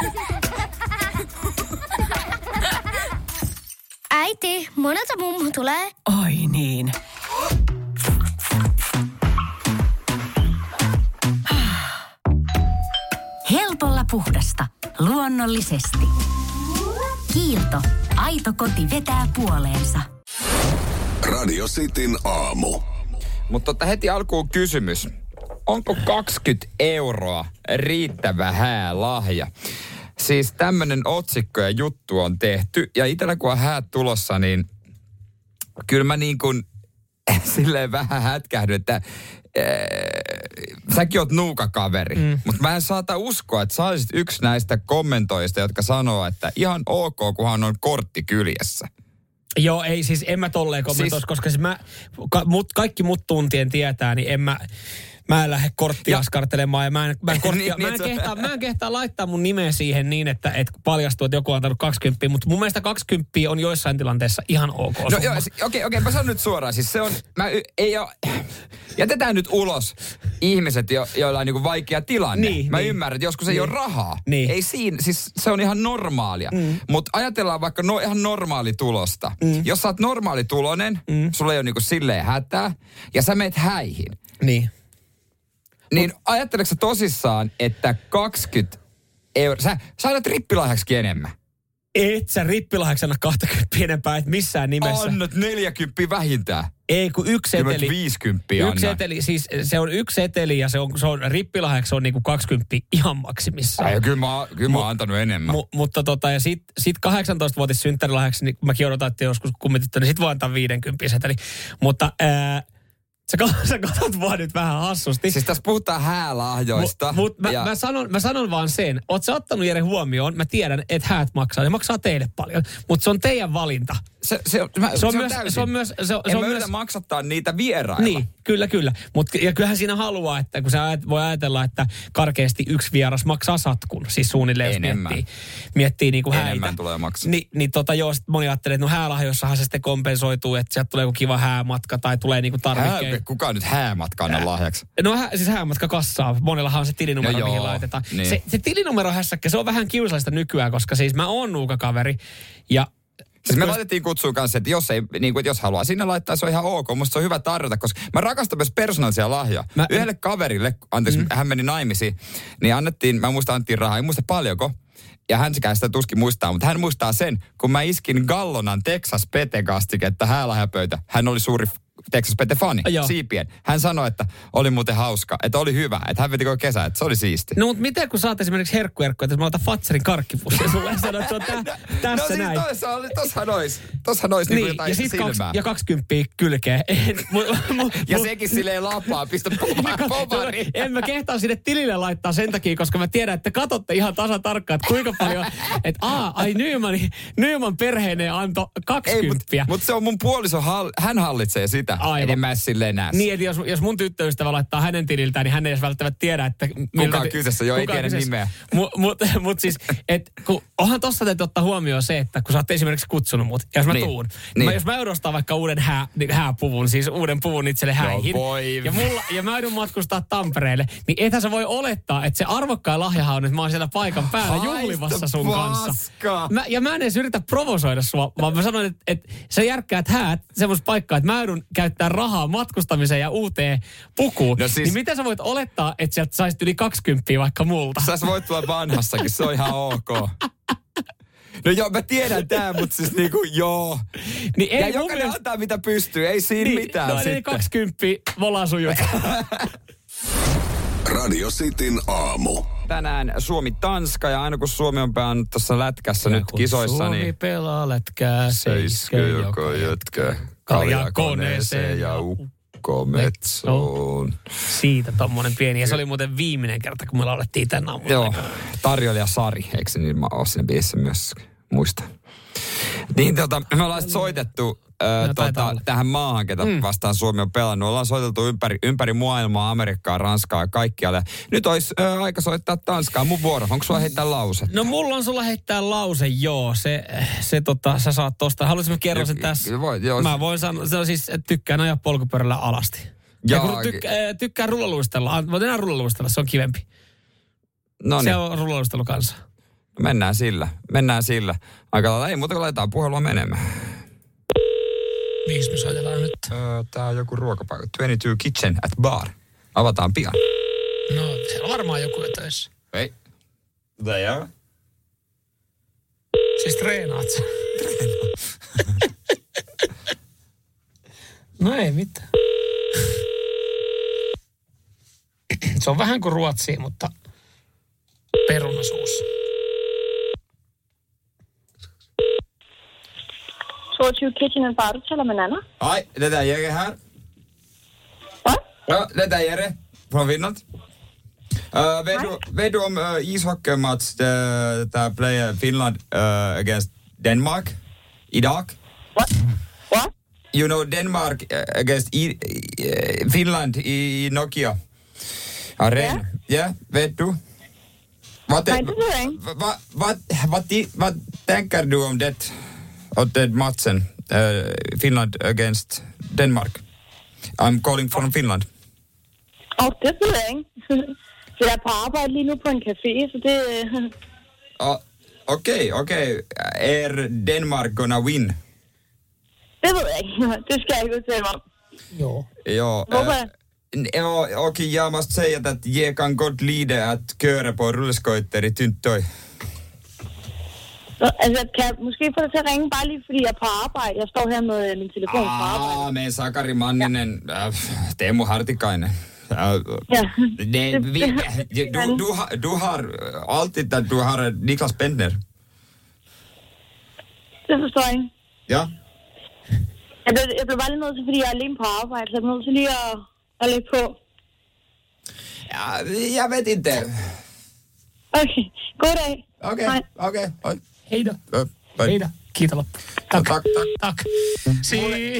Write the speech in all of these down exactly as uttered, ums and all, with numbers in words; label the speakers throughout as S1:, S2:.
S1: Äiti, monelta mummu tulee?
S2: Oi niin. Helpolla puhdasta. Luonnollisesti. Kiilto. Aito koti vetää puoleensa.
S3: Radio Cityn aamu.
S4: Mutta tota heti alkuun kysymys. Onko kaksikymmentä euroa riittävä häälahja? Siis tämmönen otsikko ja juttu on tehty. Ja itsellä kun on häät tulossa, niin kyllä mä niin kuin silleen vähän hätkähdyn, että Äh, säkin oot nuukakaveri, mm. mutta mä en saata uskoa, että sä olisit yksi näistä kommentoijista, jotka sanoo, että ihan ok, kunhan on kortti kyljessä.
S5: Joo, ei siis, en mä tolleen kommentoisi, siis, koska siis mä, ka, mut, kaikki mut tuntien tietää, niin en mä, mä en lähde korttia askartelemaan ja mä en, mä en, korttia, niin, mä en, niin, kehtaa, mä en kehtaa laittaa mun nimeä siihen niin, että et paljastuu, että joku on antanut kaksikymmentä, mutta mun mielestä kaksikymmentä on joissain tilanteessa ihan ok.
S4: No joo, okei, okei, mä sanon nyt suoraan, siis se on, mä ei oo, jätetään nyt ulos ihmiset, jo, joilla on niinku vaikea tilanne. Niin, mä niin. ymmärrän, että joskus niin. ei ole rahaa. Niin. Ei siinä, siis se on ihan normaalia. Mm. Mutta ajatellaan vaikka no, ihan normaalitulosta. Mm. Jos sä oot normaalitulonen, mm. sulla ei ole niinku silleen hätää, ja sä meet häihin.
S5: Niin.
S4: Niin Mut, ajatteleksä sä tosissaan, että kaksikymmentä euroa, sä, sä annat rippilahjaksikin enemmän.
S5: Et sä rippilahjaksi anna kaksikymmentä enempää, et missään nimessä.
S4: Annat neljäkymmentä vähintään.
S5: Ei, kun yksi seteli.
S4: viisikymmentä
S5: Yksi seteli, siis se on yksi seteli ja se on, se on rippilahjaksi se on niinku kaksikymmentä ihan maksimissaan.
S4: Ai, kyllä mä, kyllä mä oon antanut enemmän.
S5: Mu, mutta tota, ja sit, sit kahdeksantoistavuotis synttärilahjaksi, niin mä odotan, että joskus kummityttö, niin sit voi antaa viisikymmentä seteli. Mutta ää, Sä, sä katsot vaan nyt vähän hassusti.
S4: Siis tässä puhutaan häälahjoista.
S5: Mut, mut mä, ja... mä, sanon, mä sanon vaan sen. Oot sä ottanut Jere huomioon? Mä tiedän, että häät maksaa. Ne maksaa teille paljon. Mutta se on teidän valinta.
S4: Se, se, on, mä,
S5: se, on,
S4: se,
S5: myös,
S4: on täysin.
S5: se on myös... Se,
S4: en
S5: se on
S4: mä
S5: myös...
S4: yritä maksattaa niitä vierailla.
S5: Niin, kyllä, kyllä. Mut, ja kyllähän siinä haluaa, että kun sä voi ajatella, että karkeasti yksi vieras maksaa satkun. Siis suunnilleen, jos
S4: enemmän.
S5: miettii, miettii niinku häitä.
S4: Enemmän tulee maksaa.
S5: Ni, niin tota joo, sit moni ajattelee, että no häälahjossahan se sitten kompensoituu, että sieltä tulee joku kiva häämatka tai tulee niinku tarvikkeita.
S4: Hää, kuka nyt häämatka anna lahjaksi?
S5: No hä, siis häämatka kassaa. Monellahan on se tilinumero,
S4: no,
S5: mihin
S4: joo,
S5: laitetaan.
S4: niin.
S5: Se, se tilinumero hässäkkä, se on vähän kiusallista nykyään, koska siis mä oon nuukakaveri ja
S4: siis me laitettiin kutsuun kanssa, että jos, ei, niin kuin, että jos haluaa sinne laittaa, se on ihan ok. Musta se on hyvä tarjota, koska mä rakastan myös persoonallisia lahjoja. Mä, Yhdelle kaverille, anteeksi, mm. hän meni naimisiin, niin annettiin, mä muistan, annettiin rahaa, en muista paljonko. Ja hän sitä tuskin muistaa, mutta hän muistaa sen, kun mä iskin Gallonan Texas Pete-kastiketta häälahjapöytä. Hän oli suuri Texas Pete-fani, siipien. Hän sanoi, että oli muuten hauska, että oli hyvä, että hän veti koko kesä, että se oli siisti.
S5: No mutta miten kun saat esimerkiksi herkkuerkku, että mä otan Fatserin karkkipussia sulle ja sanot, että on tä, tässä
S4: no, siis
S5: näin.
S4: No siis tossahan ois, tossahan ois niin, niinku jotain
S5: ja sit
S4: silmää.
S5: Kaks, ja kaksikymppiä kylkeen.
S4: ja sekin silleen lapaa, pistä povariin.
S5: En mä kehtaa sinne tilille laittaa sen takia, koska mä tiedän, että katsotte ihan tasan tarkkaan, että kuinka paljon, että aa, ai Nyman, Nyman perheineen antoi kaksikymppiä.
S4: Mutta mut se on mun puoliso, hän hallitsee sitä.
S5: Aivan.
S4: En mä silleen näe.
S5: Niin, että jos, jos mun tyttöystävä laittaa hänen tililtään, niin hän ei edes välttämättä tiedä, että...
S4: Kuka on kyseessä, joo, ei tiedä nimeä.
S5: Mutta mut, mut siis, että kun onhan tossa täytyy ottaa huomioon se, että kun sä oot esimerkiksi kutsunut mut, ja jos mä niin. tuun, niin. Mä, jos mä joudun vaikka uuden hää, hääpuvun, siis uuden puvun itselle häihin,
S4: no, voi.
S5: ja, mulla, ja mä joudun matkustaa Tampereelle, niin ethän sä voi olettaa, että se arvokkaan lahjahan on, että mä oon siellä paikan päällä Haista juhlivassa sun paska. kanssa. Mä, ja mä en edes yritä provosoida sua, vaan mä sanoin, että, että sä järkkäät häät semmoista paikkaa, että mä joudun käyttää rahaa matkustamiseen ja uuteen pukuun. No siis, niin miten sä voit olettaa, että sieltä saisit yli kaksikymppiä vaikka multa?
S4: Sä voit tulla vanhassakin, se on ihan ok. No joo, mä tiedän tää, mutta siis niinku joo.
S5: Niin ei
S4: ja jokainen mielestä... antaa mitä pystyy, ei siinä niin, mitään
S5: no,
S4: sitten.
S5: No niin kaksikymppiä, volaa sun juttu.
S3: Radio Cityn aamu.
S4: Tänään Suomi-Tanska ja aina kun Suomi on päänyt tuossa lätkässä ja nyt kisoissa,
S5: Suomi
S4: niin...
S5: Suomi pelaa lätkää,
S4: seiskö joko jötkä, kaljakoneeseen ja ukkometsoon.
S5: Siitä tommonen pieni. Ja se oli muuten viimeinen kerta, kun me laulettiin tänä aamulla.
S4: Joo, tarjoilija Sari, eikö se niin? Mä oon siinä biisissä myös, muistan. Niin tota, me ollaan soitettu ö, tota, tähän maahan, ketä mm. vastaan Suomi on pelannut. Ollaan soiteltu ympäri, ympäri maailmaa, Amerikkaa, Ranskaa ja kaikkialle. Nyt olisi ö, aika soittaa Tanskaa. Mun vuoro. Onko sulla heittää lause?
S5: No mulla on sulla heittää lause, joo. Se, se tota, sä saat tosta. Haluaisin mä kerron sen tässä?
S4: Voit, joo.
S5: Mä voin sanoa, se on siis, että tykkään ajaa polkupyörällä alasti. Ja kun tykkä, tykkään rullaluistella. Voit enää rullaluistella, se on kivempi.
S4: No niin.
S5: Se on rullaluistelu kanssa.
S4: Mennään sillä. Mennään sillä. Aika lailla ei muuta kuin laitetaan puhelua menemään.
S5: Viisi me soitetaan nyt.
S4: Öö, tää on joku ruokapaikka. kaksikymmentäkaksi Kitchen at Bar. Avataan pian.
S5: No, siellä on varmaan joku jo töissä.
S4: Hei. Mitä jää?
S5: Siis treenaat sä? No ei mitään. Se on vähän kuin Ruotsia, mutta perunasuussa.
S6: toogtyve Kitchen and Bar, du taler med Nanna.
S4: Hej, det er Jere her.
S6: Hvad?
S4: Ja, det er Jere fra Finland. Uh, ved, du, ved du om uh, ishockeymatch, der, der player Finland uh, against Denmark i dag?
S6: What? What?
S4: You know Denmark uh, against I, uh, Finland i Nokia Arena. Ja, yeah, ved du? Hvad,
S6: Nej, det ved jeg ikke.
S4: Hvad, hvad, hvad, hvad tænker du om det? Og den matchen, uh, Finland against Denmark. I'm calling from Finland.
S6: Åh, oh, det ved jeg ikke. Så jeg er på arbejde lige nu på en café, så det...
S4: Oh, Okej, okay, okej. Okay. Er Denmark gonna win?
S6: Det ved jeg ikke. Det skal jeg ikke udtale mig om.
S5: Jo.
S4: Ja,
S6: Hvorfor?
S4: Äh, ja, och jag måste säga att jag kan gott lida att köra på rullskøjter i tynt tøj.
S6: Så, altså, kan jeg måske få dig til at ringe bare lige, fordi jeg er på arbejde? Jeg står her med min telefon på arbejde.
S4: Ah, men Sakari Manninen, ja. äh, Teemu Hartikainen. Äh,
S6: Ja.
S4: det, vi, du, du, har, du har alltid att du har Niklas Bentner.
S6: Det forstår jeg ikke.
S4: Ja.
S6: Jeg blev, jeg blev bare lige nødt til, fordi jeg er alene på arbejde, så jeg blev nødt til lige at, at lægge på.
S4: Ja, jag vet inte.
S6: Okay, god dag.
S4: Okej,
S6: Hej.
S4: okej. Okay.
S5: Hei då.
S4: Äh,
S5: Hei då. Kiitos loppu. Tack.
S4: Tack, tack.
S5: Tack. Si-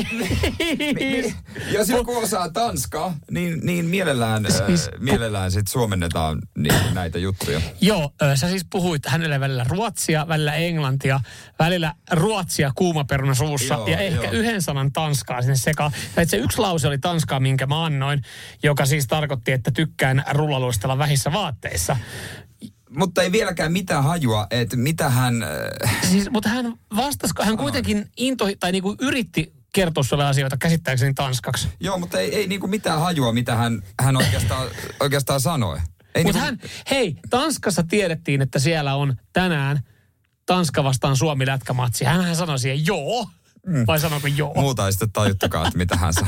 S4: Jos joku osaa tanskaa, niin, niin mielellään,
S5: Siis-
S4: äh, mielellään sit suomennetaan niin, näitä juttuja.
S5: Joo, ö, sä siis puhuit hänelle välillä ruotsia, välillä englantia, välillä ruotsia kuumaperuna suussa
S4: Joo,
S5: ja ehkä
S4: joo.
S5: yhden sanan tanskaa sinne sekaan. Ja se yksi lause oli tanskaa, minkä mä annoin, joka siis tarkoitti, että tykkään rullaluistella vähissä vaatteissa.
S4: Mutta ei vieläkään mitään hajua, että mitä hän... Äh,
S5: Siis, mutta hän vastasi, hän kuitenkin into, tai niinku yritti kertoa sulle asioita käsittääkseni tanskaksi.
S4: joo, mutta ei, ei niinku mitään hajua, mitä hän, hän oikeastaan, oikeastaan sanoi. Ei
S5: Mutta
S4: niinku,
S5: hän, hei, Tanskassa tiedettiin, että siellä on tänään Tanska vastaan Suomi-lätkämatsi. Hänhän sanoi siihen joo, mm. vai sanoiko joo?
S4: Muuta ei sitten tajuttukaan, että mitä hän sanoi.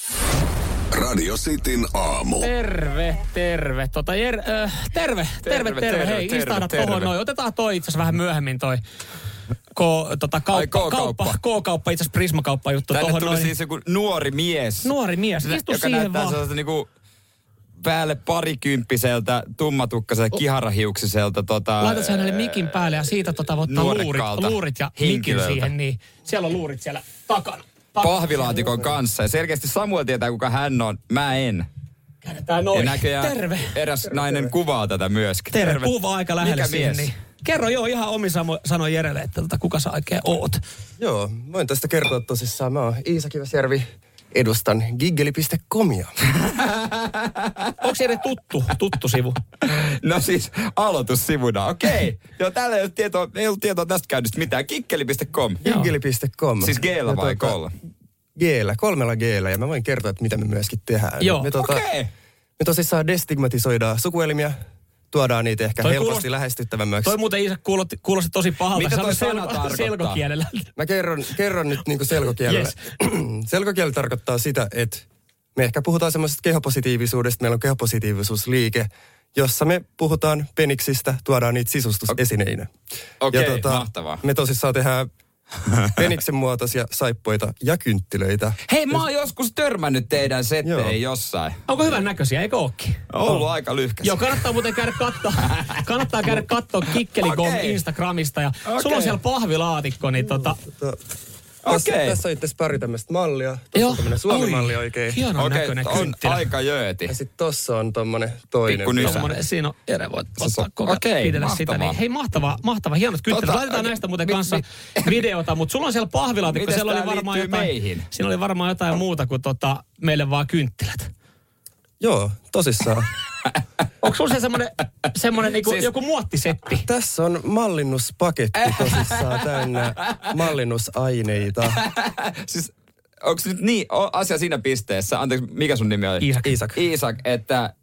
S3: Radio Cityn aamu.
S5: Terve, terve. Tota, jer, äh, terve, terve, terve, terve. Hei,
S4: terve,
S5: istahda
S4: terve.
S5: tohon noin. Otetaan toi itse asiassa vähän myöhemmin toi K, tota, kauppa,
S4: Ai, K-kauppa.
S5: kauppa, K-kauppa, itse asiassa Prisma-kauppa juttu
S4: Tänne
S5: tohon
S4: tuli
S5: noin.
S4: siis joku nuori mies.
S5: Nuori mies, istu
S4: joka
S5: siihen
S4: näyttää
S5: vaan.
S4: sellaista niinku päälle parikymppiseltä, tummatukkaiselta, kiharahiuksiselta. Tota,
S5: Laitat sä hänelle mikin päälle ja siitä tota, voi ottaa luurit,
S4: nuorekkaalta
S5: luurit ja mikin
S4: henkilöltä.
S5: siihen. Niin. Siellä on luurit siellä takana. takana.
S4: pahvilaatikon kanssa. Ja selkeästi Samuel tietää, kuka hän on. Mä en.
S5: Käännetään
S4: Ja
S5: noin.
S4: näköjään
S5: Terve.
S4: eräs nainen kuvaa tätä myöskin.
S5: Terve. Puhu aika lähelle
S4: Mikä
S5: siihen.
S4: mies?
S5: Niin. Kerro joo ihan omin samo- sanoin Jerelle, että tota, kuka sä oikein oot.
S7: Joo, voin tästä kertoa tosissaan. Mä oon Iisa Kiväsjärvi, edustan giggeli piste comia.
S5: Onko Jere tuttu, tuttu sivu?
S4: No siis aloitussivuna, okei. Okay. Joo, täällä ei ollut tietoa, ei ollut tietoa tästä käynnistä mitään. Kikkeli piste com.
S7: giggeli piste com.
S4: Siis G-llä vai kolla?
S7: G-llä, kolmella G-llä. Ja mä voin kertoa, että mitä me myöskin tehdään.
S5: Joo.
S7: Me, tota,
S4: Okei. Okay.
S7: me tosissaan destigmatisoidaan sukuelimiä, tuodaan niitä ehkä
S5: Toi
S7: helposti
S5: kuulosti-
S7: lähestyttävämmäksi.
S5: Toi muuten Iisa kuulosti, kuulosti tosi pahalta.
S4: Mitä toi
S5: Sano
S4: sana tarkoittaa?
S5: selkokielellä.
S7: Mä kerron, kerron nyt niinku selkokielellä.
S5: Yes.
S7: Selkokieli tarkoittaa sitä, että me ehkä puhutaan semmoisesta kehopositiivisuudesta. Meillä on kehopositiivisuusliike, jossa me puhutaan peniksistä, tuodaan niitä sisustusesineitä.
S4: Okei,
S7: Ja tota,
S4: mahtavaa.
S7: Me tosissaan tehdään peniksen muotoisia saippoita ja kynttilöitä.
S4: Hei, mä oon joskus törmännyt teidän setteihin
S7: Joo.
S4: jossain.
S5: Onko hyvän näköisiä, eikö ookin?
S4: On ollut aika lyhkäs.
S5: Joo, kannattaa muuten käydä katsoa. Kannattaa käydä katsoa Kikkeli piste com
S4: Okei.
S5: Instagramista. Ja
S4: Okei.
S5: sulla on siellä pahvilaatikko, niin tota...
S7: Tässä,
S4: Okei.
S7: tässä on itse asiassa pari tämmöistä mallia. Tuossa on tämmöinen Suomi-malli
S5: Oi,
S7: oikein.
S5: Hienon
S4: Okei,
S5: näköinen
S4: on
S5: kynttilä.
S4: aika jööti.
S7: Ja sitten tossa on tommonen toinen.
S4: Pikku nysä.
S5: Tommonen, siinä on, Jere voit ottaa koko
S4: Okei,
S5: pitellä sitä.
S4: mahtavaa.
S5: Niin, hei, mahtavaa, mahtavaa, hienot kynttilät.
S4: Tota,
S5: Laitetaan näistä muuten
S4: mit-
S5: kanssa
S4: mit-
S5: videota, mutta sulla on siellä pahvilaatikko.
S4: Mites
S5: Siellä oli
S4: tää
S5: varmaan
S4: liittyy
S5: jotain,
S4: meihin?
S5: siinä oli varmaan jotain muuta kuin tota, meille vaan kynttilät.
S7: Joo, tosissaan.
S5: Onko sulla se semmoinen, semmoinen niinku, siis, joku muottisetti?
S7: Tässä on mallinnuspaketti tosissaan täynnä mallinnusaineita.
S4: Siis onko nyt niin, on asia siinä pisteessä, anteeksi, mikä sun nimi oli?
S5: Iisak.
S7: Iisak.
S4: Iisak, että äh,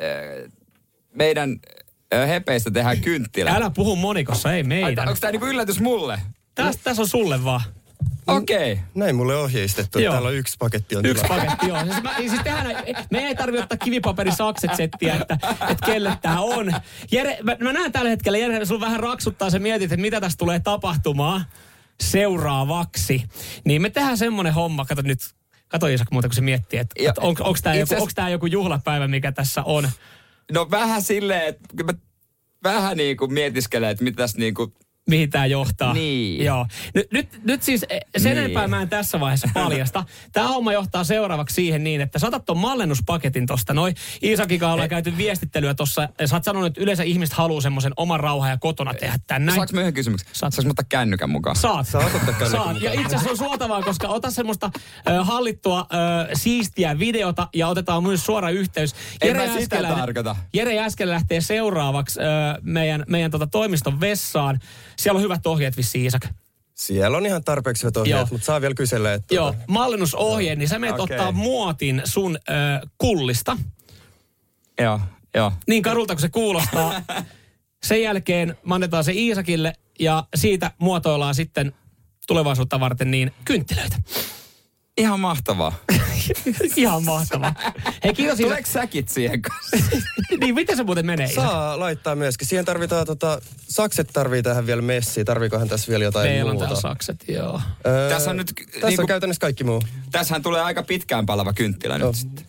S4: meidän äh, hepeistä tehdään kynttilä.
S5: Älä puhu monikossa, ei meidän.
S4: Onko tämä niinku yllätys mulle?
S5: Tässä täs on sulle vaan.
S4: Okei. Okay.
S7: Näin mulle ohjeistettu, että täällä on yksi paketti on
S5: Yksi
S7: tila.
S5: paketti, joo. Siis, mä, siis tehdään, me ei tarvitse ottaa kivipaperisakset settiä, että, että kelle tää on. Jere, mä, mä näen tällä hetkellä, Jere, sun vähän raksuttaa, sä mietit, että mitä tässä tulee tapahtumaan seuraavaksi. Niin me tehdään semmonen homma, kato nyt, kato Iisak muuten, kun se miettii, että, että on, onko tää, joku, onks tää joku juhlapäivä, mikä tässä on.
S4: No vähän silleen, että mä vähän niin kuin mietiskelee, että mitä tässä niin kuin
S5: mihin tämä johtaa.
S4: Niin.
S5: Joo. Nyt, nyt, nyt siis sen
S4: niin.
S5: enempää mä en tässä vaiheessa paljasta. Tämä homma johtaa seuraavaksi siihen niin, että sä otat ton mallennuspaketin tosta noin. Iisakikaan ollaan käyty viestittelyä tossa. Sä oot sanonut, että yleensä ihmiset haluaa semmoisen oman rauhan ja kotona tehdä tän näin.
S4: Saanko mä yhden kysymyksen? Saat. Saanko mä ottaa kännykän mukaan?
S5: Saat.
S7: Saat ottaa kännykän
S5: Saat.
S7: mukaan.
S5: Ja itse asiassa on suotavaa, koska ota semmoista äh, hallittua, äh, siistiä videota ja otetaan myös suora yhteys.
S4: En mä sitä tarkoita.
S5: Jere äsken lähtee seuraavaksi äh, meidän, meidän tota toimiston vessaan. Siellä on hyvät ohjeet vissiin, Iisak.
S7: Siellä on ihan tarpeeksi hyvät ohjeet, mutta saa vielä kysellä. Että
S5: Joo, mallinnusohje, niin sä menet
S7: okay.
S5: ottaa muotin sun ö, kullista.
S4: Joo, joo.
S5: Niin karulta kuin se kuulostaa. Sen jälkeen me annetaan se Iisakille ja siitä muotoillaan sitten tulevaisuutta varten niin kynttilöitä.
S4: Ihan mahtavaa.
S5: Ihan mahtavaa. Hei, kiitos Iisak.
S4: Tuleeko säkit siihen kanssa?
S5: Niin, miten se muuten menee, Iisak?
S7: saa laittaa myöskin. Siihen tarvitaan, tota, sakset tarvii tähän vielä messiä. Tarviikohan tässä vielä jotain
S5: Meillä on
S7: muuta?
S5: täällä sakset, joo.
S7: Öö,
S4: Tässä on nyt
S7: Tässä
S4: niinku-
S7: on käytännössä kaikki muu.
S4: Tässähän tulee aika pitkään palava kynttilä
S7: Joo.
S4: nyt sitten.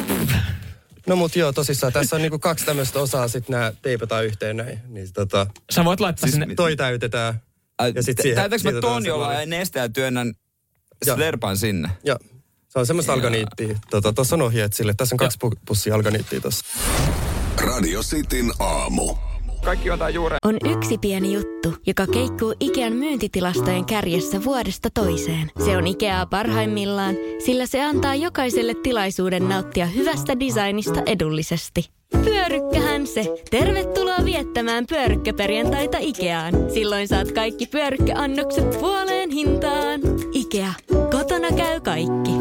S7: No mut joo, tosissaan. Tässä on niinku kaksi tämmöistä osaa, sitten nämä teipataan yhteen näin. Niin tota,
S5: Sä voit laittaa
S4: Siis
S5: sinne...
S7: toi täytetään. Ja sit siihen
S4: Täytätkö mä
S7: liitetään
S4: ton jolla ja
S7: sellainen-
S4: nesteä ja työnnän
S7: Joo.
S4: slerpan sinne?
S7: Joo. Se on semmoista alganiittia. Tota, tuossa on ohjeet sille. Tässä on kaksi pu- pussia alganiittia tuossa.
S3: Radio Cityn aamu.
S4: Kaikki jotain juuri.
S8: On yksi pieni juttu, joka keikkuu Ikean myyntitilastojen kärjessä vuodesta toiseen. Se on Ikeaa parhaimmillaan, sillä se antaa jokaiselle tilaisuuden nauttia hyvästä designista edullisesti. Pyörykkähän se. Tervetuloa viettämään pyörykkäperjantaita Ikeaan. Silloin saat kaikki pyörykkäannokset puoleen hintaan. Ikea. Kotona käy kaikki.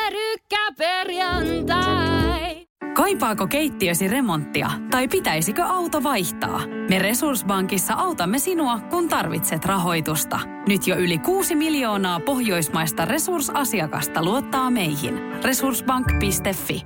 S8: Pyörykkäperjantai.
S2: Kaipaako keittiösi remonttia tai pitäisikö auto vaihtaa? Me Resurssbankissa autamme sinua, kun tarvitset rahoitusta. Nyt jo yli kuusi miljoonaa pohjoismaista resursasiakasta luottaa meihin. resurssbank piste fi.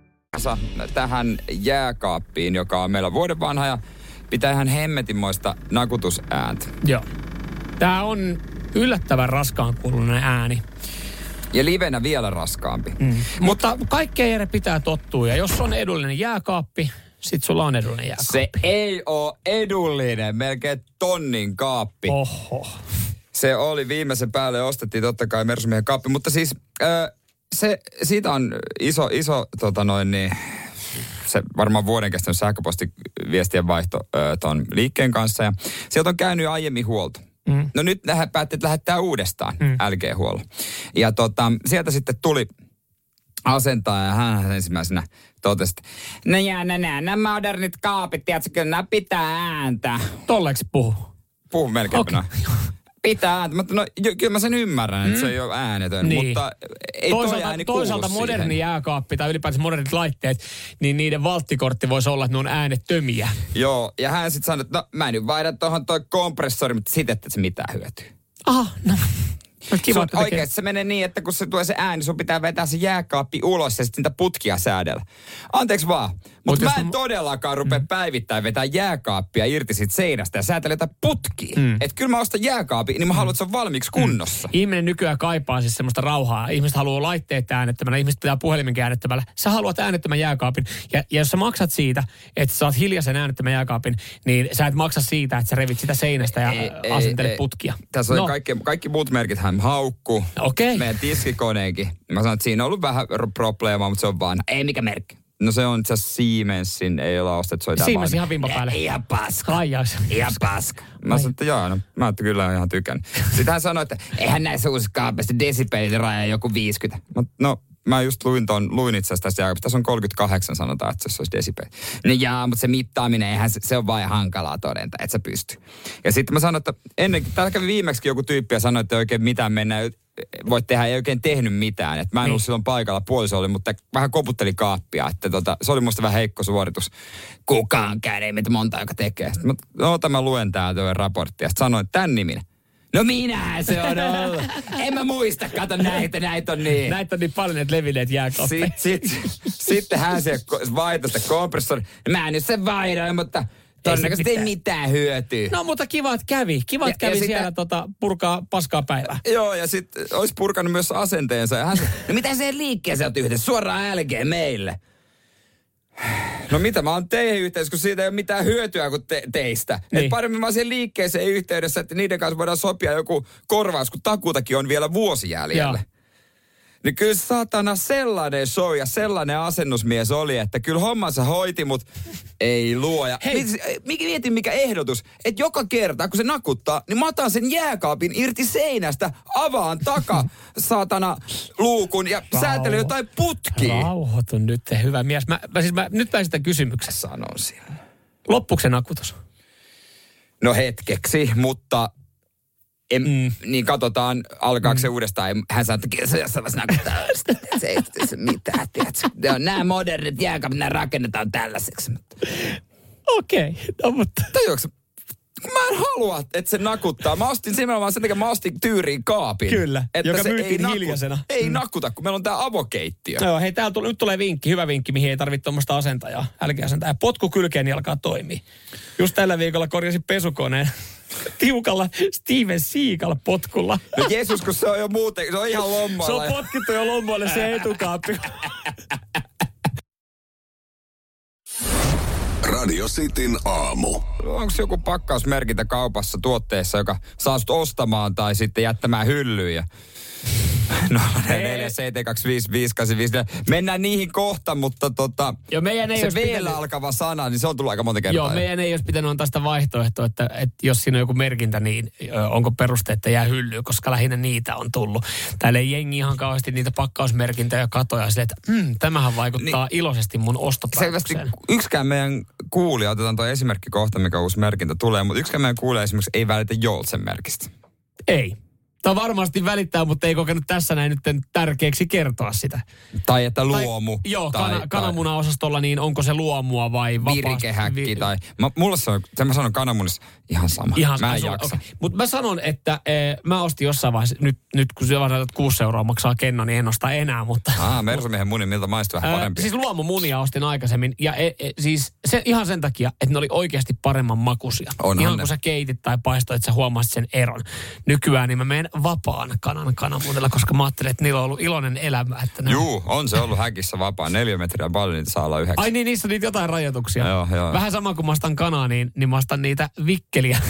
S4: Tähän jääkaappiin, joka on meillä vuoden vanha ja pitää ihan hemmetinmoista nakutusääntä.
S5: Joo. Tää on yllättävän raskaan kuulunen ääni.
S4: Ja livenä vielä raskaampi.
S5: Mm. Mutta kaikkeen Jere pitää tottua. Ja jos on edullinen jääkaappi, sit sulla on edullinen jääkaappi.
S4: Se ei oo edullinen, melkein tonnin kaappi.
S5: Oho.
S4: Se oli viimeisen päälle, ostettiin totta kai Mersumiehen kaappi, mutta siis äh, se, siitä on iso, iso tota noin niin, se varmaan vuoden kestänyt sähköpostiviestien vaihto äh, ton liikkeen kanssa ja sieltä on käynyt jo aiemmin huolto. Mm. No nyt lähdet, päätti, että lähettää uudestaan mm. L G-huollo. Ja tota, sieltä sitten tuli asentaja ja hän ensimmäisenä totesi, että no jää nämä, nämä modernit kaapit, tiedätkö, kyllä nämä pitää ääntä.
S5: Tolleeksi puhu.
S4: Puhu melkein.
S5: Okay.
S4: Pitää ääntä, mutta no jo, kyllä mä sen ymmärrän, että mm. se ei ole äänetön,
S5: niin.
S4: mutta ei
S5: toisaalta,
S4: toi ääni
S5: toisaalta
S4: kuulu
S5: moderni
S4: siihen.
S5: jääkaappi tai ylipäätään modernit laitteet, niin niiden valttikortti voisi olla, että ne on äänettömiä.
S4: Joo, ja hän sitten sanoi, että no mä nyt vaihdan tuohon toi kompressori, mutta sitten, että se mitään hyötyy.
S5: Aha, no. Kiva,
S4: Sun, oikeasti se menee niin, että kun se tulee se ääni, sun pitää vetää se jääkaappi ulos ja sitten niitä putkia säädellä. Anteeksi vaan, mutta
S5: Mut
S4: mä
S5: jos
S4: en
S5: mä-
S4: todellakaan rupea mm. päivittäin vetää jääkaappia irti siitä seinästä ja säätellä jotain putkia. Mm. Että kyllä mä ostan jääkaapin, niin mä haluan, että se on valmiiksi kunnossa.
S5: Ihminen nykyään kaipaa siis semmoista rauhaa. Ihmiset haluaa laitteet äänettömällä, ihmiset pitää puhelimen äänettömällä. Sä haluat äänettömän jääkaapin. Ja, ja jos sä maksat siitä, että sä saat hiljaisen äänettömän jääkaapin, niin sä et maksa siitä, että sä revit sitä seinästä ja
S4: Ei, ei,
S5: asentelet
S4: ei.
S5: putkia.
S4: Tässä on
S5: No.
S4: kaikki, kaikki muut merkit hän haukkuu.
S5: Okei.
S4: Meidän tiskikoneenkin. Mä sanoin, että siinä on ollut vähän probleemaa, mutta se on vaan, ei mikä merkki. No se on itse asiassa Siemensin, ei olla ostettu, se oli tää
S5: Siemens
S4: vaan-
S5: ihan vimpa päälle.
S4: Ihan paska.
S5: Aijais.
S4: Ihan paska. Mä sanoin, että joo, no, mä ajattelin kyllä ihan tykännyt. Sitten hän sanoi, että eihän näissä uusissa kaapeissa desibeliraja joku viisikymmentä. Mä, no, mä just luin, ton, luin itse asiassa tässä, tässä on kolmekymmentäkahdeksan sanotaan, että se olisi desibeli. Niin jaa, mutta se mittaaminen, eihän se, se on vain hankalaa todenta, että sä pysty. Ja sitten mä sanoin, että ennen, täällä kävi viimeksi joku tyyppi ja sanoi, että ei oikein mitään mennä, voit tehdä, ei oikein tehnyt mitään. Et mä en niin. ollut silloin paikalla, puoliso oli, mutta vähän koputteli kaappia. Että tota, se oli musta vähän heikko suoritus. Kukaan käy, mitä monta, joka tekee. Sitten mä, no, mä luen täältä raporttia. Sitten sanoin, että tämän niminen. No minähän se on ollut. En mä muista, kato näitä, näitä on niin.
S5: Näitä on niin paljon, että levinneet jääkaappiin.
S4: Sitten sit, sitten hän se vaihtoi sitä kompressori. Mä nyt sen vaihdoin, mutta todennäköisesti ei mitään hyötyä.
S5: No mutta kiva, että kävi. Kiva, että kävi ja siellä sitä, tota, purkaa paskaa päivää.
S4: Joo, ja sitten olisi purkanut myös asenteensa. Ja hän se, no mitä se liikkeeseen olet yhdessä? Suoraan L G meille. No mitä mä oon teihin yhteydessä, kun siitä ei ole mitään hyötyä kuin te- teistä. Niin. Et paremmin mä siihen liikkeeseen yhteydessä, että niiden kanssa voidaan sopia joku korvaus, kun takuutakin on vielä vuosi jäljellä. Niin kyllä saatana sellainen show ja sellainen asennusmies oli, että kyllä hommansa hoiti, mutta ei luoja. Mikä mietin mikä ehdotus, että joka kerta kun se nakuttaa, niin mä otan sen jääkaapin irti seinästä, avaan taka saatana luukun ja Rauho. säätelen jotain putkia.
S5: Rauhoitun nyt, hyvä mies. Mä, mä, siis mä, nyt mä sitä kysymyksessä.
S4: Sanon sillä.
S5: Loppuuko se nakutus?
S4: No hetkeksi, mutta... En, mm. Niin katsotaan, alkaako mm. se uudestaan. Hän sanoi, että se jossain vaiheessa nakuttaa. Se ei se mitään, tiedätkö. Nämä modernit jääkaapit, nämä rakennetaan tällaiseksi.
S5: Okei, okay, no mutta...
S4: Tajuatko, mä en halua, että se nakuttaa. Mä ostin nimenomaan sen takia, mä ostin tyyriin kaapin.
S5: Kyllä,
S4: että
S5: joka
S4: se
S5: myytiin
S4: ei
S5: hiljaisena.
S4: Nakuta, ei mm. nakuta, kun meillä on tää avokeittiö.
S5: Joo, hei, täällä tuli, nyt tulee vinkki, hyvä vinkki, mihin ei tarvitse tuommoista asentajaa, älkää potku kylkeen, niin alkaa toimia. Just tällä viikolla korjasin pesukoneen. Tiukalla Steven Seagal-potkulla.
S4: No Jeesus, kun se on jo muuten, se on ihan lommalla.
S5: Se on potkittu jo lommoille se etukaappi.
S3: Radio Cityn aamu.
S4: Onko joku pakkausmerkintä kaupassa tuotteessa, joka saa sut ostamaan tai sitten jättämään hyllyyn ja... No, neljä seitsemän kaksi viisi viisi kahdeksan viisi Mennään niihin kohta, mutta tota,
S5: jo, meidän ei
S4: se vielä alkava sana, niin se on tullut aika monta kertaa.
S5: Joo, meidän ei olisi pitänyt antaa sitä vaihtoehtoa, että, että jos siinä on joku merkintä, niin onko peruste, että jää hyllyyn, koska lähinnä niitä on tullut. Täällä ei jengi ihan kauheasti niitä pakkausmerkintöjä katoja silleen, että mm, tämähän vaikuttaa niin, iloisesti mun ostopäätökseen.
S4: Selvästi yksikään meidän kuulija, otetaan tuo esimerkki kohta, mikä uusi merkintä tulee, mutta yksikään meidän kuulija esimerkiksi ei välitä Joltsen merkistä.
S5: Ei. Tämä varmasti välittää, mutta ei kokenut tässä näin nyt tärkeäksi kertoa sitä.
S4: Tai että luomu.
S5: Tai, joo,
S4: tai,
S5: kana, kananmuna-osastolla, niin onko se luomua vai vapaasti?
S4: Virikehäkki
S5: vi-
S4: tai... Mä, mulla se on, sen mä sanon kananmunissa, ihan sama. Ihan mä en jaksa. Okay.
S5: Mutta mä sanon, että eh, mä ostin jossain vaiheessa, nyt, nyt kun se vaan kuusi euroa maksaa kenno, niin en osta enää, mutta...
S4: Ah, Mersumiehen muni, miltä maistuu vähän parempi.
S5: Siis luomumunia ostin aikaisemmin, ja e, e, siis se, ihan sen takia, että ne oli oikeasti paremman makuisia.
S4: Onhan
S5: ihan
S4: ne.
S5: kun sä keitit tai paistoit, että sä huomasit sen eron. Nykyään niin mä menen vapaan kanan kananmunilla, koska mä ajattelin, että niillä on ollut iloinen elämä. Että ne...
S4: Juu, on se ollut häkissä vapaa. Neljä metriä paljon niitä saa olla yhdeksän.
S5: Ai niin, niissä on niitä jotain rajoituksia.
S4: Joo, joo.
S5: Vähän sama kuin mä ostan kanaa, niin, niin mä ostan niitä vikkeliä.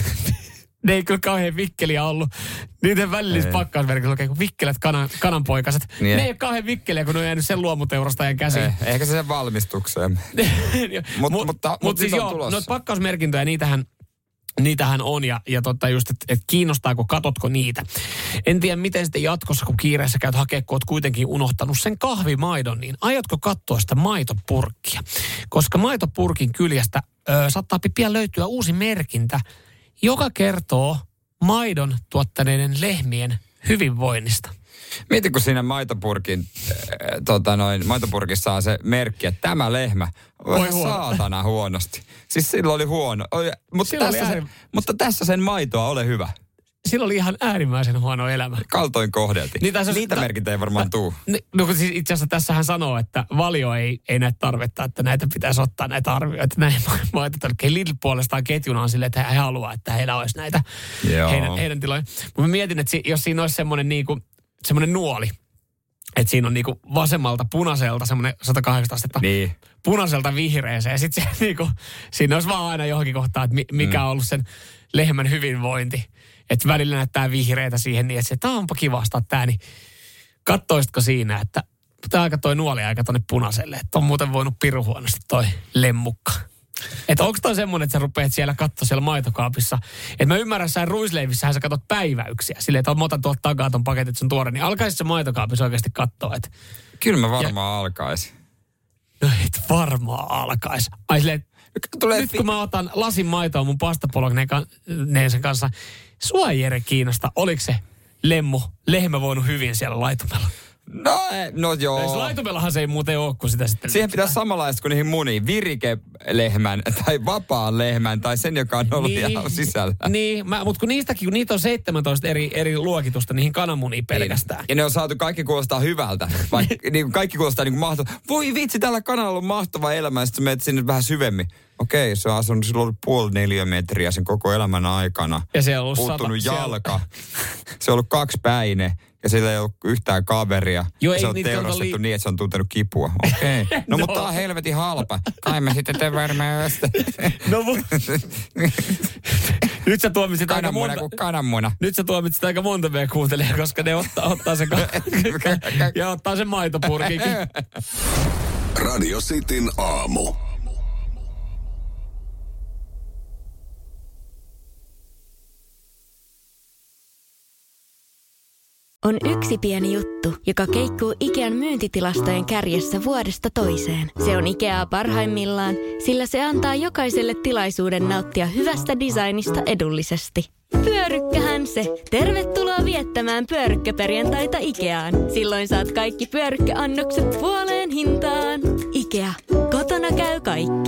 S5: Ne ei kyllä kauhean vikkeliä ollut. Niiden välillisessä pakkausmerkissä lukee, kun vikkelät kanan, kananpoikaset. Niin. Ne ei ole kauhean vikkeliä, kun ne on jäänyt sen luomuteurastajan käsiin.
S4: Eh, ehkä se sen valmistukseen. Mut,
S5: Mut,
S4: mutta
S5: mut
S4: mut
S5: siis
S4: on
S5: joo,
S4: tulossa.
S5: noita pakkausmerkintöjä, niitähän... Niitähän on ja, ja totta just, että et kiinnostaako, katotko niitä. En tiedä, miten sitten jatkossa, kun kiireessä käyt hakea, kun oot kuitenkin unohtanut sen kahvimaidon, niin aiotko katsoa sitä maitopurkkia? Koska maitopurkin kyljestä ö, saattaa pian löytyä uusi merkintä, joka kertoo maidon tuottaneiden lehmien hyvinvoinnista.
S4: Mieti, kun siinä maitopurkin, äh, tota noin, maitopurkissa on se merkki, että tämä lehmä on saatana huonosti. Siis silloin oli huono. Oli, mutta, tässä
S5: oli äärim...
S4: sen, mutta tässä sen maitoa, ole hyvä.
S5: Silloin oli ihan äärimmäisen huono elämä.
S4: Kaltoin kohdeltiin. Niin, Niitä ta- merkintä ei varmaan ta- tuu.
S5: No siis itse asiassa tässä hän sanoo, että valio ei, ei näitä tarvetta, että näitä pitäisi ottaa näitä arvioita. Näin maitotarvikkeita. Lidl puolestaan ketjuna on silleen, että he haluaa, että heillä olisi näitä heidän, heidän tiloja. Mutta mä mietin, että jos siinä olisi semmoinen niinku, semmoinen nuoli, että siinä on niinku vasemmalta punaiselta semmoinen sata kahdeksankymmentä astetta.
S4: Niin.
S5: Punaiselta vihreeseen. Ja sitten niinku, siinä olisi vaan aina johonkin kohtaan, että mikä mm. on ollut sen lehmän hyvinvointi. Että välillä näyttää vihreitä siihen niin, että tämä onpa kiva ostaa tämä, niin kattoisitko siinä, että tämä aika toi nuoli aika tonne punaiselle, että on muuten voinut piru huonosti toi lemmukka. Että onko toi semmoinen, että sä rupeat siellä katsoa siellä maitokaapissa. Että mä ymmärrän, että ruisleivissähän sä katsot päiväyksiä. Silleen, että mä otan tuolta takaa ton paketin, että se on tuore. Niin alkaisi se maitokaapissa oikeasti katsoa, että...
S4: Kyllä mä varmaan ja... alkaisin.
S5: No et varmaan alkaisi. Ai silleen, Tulee nyt fi- kun mä otan lasin maitoa mun pastapologneen kanssa, sua ei Jere kiinnosta, oliko se lemmu, lehmä voinut hyvin siellä laitumella?
S4: No, no joo.
S5: Se laitumellahan se ei muuten ole, kun sitä sitten...
S4: Siihen pitää samanlaista kuin niihin muniin. Virike-lehmän tai vapaan lehmän tai sen, joka on ollut niin, ihan sisällä.
S5: Niin, mutta kun niistäkin, kun niitä on seitsemäntoista eri, eri luokitusta niihin kananmuniin pelkästään.
S4: Ja ne on saatu, kaikki kuulostaa hyvältä. Vaikka niin kaikki kuulostaa niin kuin mahtavaa. Voi vitsi, tällä kanalla on mahtava elämä. Ja sitten menet sinne vähän syvemmin. Okei, se on asunut silloin puoli neljä metriä sen koko elämän aikana.
S5: Ja se on ollut
S4: puuttunut
S5: sata,
S4: jalka. Se on ollut kaksipäinen. Ja sillä ei ollut yhtään kaveria.
S5: Joo,
S4: se
S5: ei,
S4: on teurastettu li- niin, että se on tuntenut kipua. Okei. Okay. No, no mutta on helvetin halpa. Kai me sitten te varmaan
S5: No mutta... Nyt sä tuomitsit aika monta...
S4: kananmuna.
S5: Nyt sä tuomitsit aika monta meidän kuuntelijaa, koska ne ottaa, ottaa sen... ja ottaa sen maitopurkikin.
S3: Radio Cityn aamu.
S8: On yksi pieni juttu, joka keikkuu Ikean myyntitilastojen kärjessä vuodesta toiseen. Se on Ikeaa parhaimmillaan, sillä se antaa jokaiselle tilaisuuden nauttia hyvästä designista edullisesti. Pyörykkähän se! Tervetuloa viettämään pyörykkäperjantaita Ikeaan. Silloin saat kaikki pyörykkäannokset puoleen hintaan. Ikea. Kotona käy kaikki.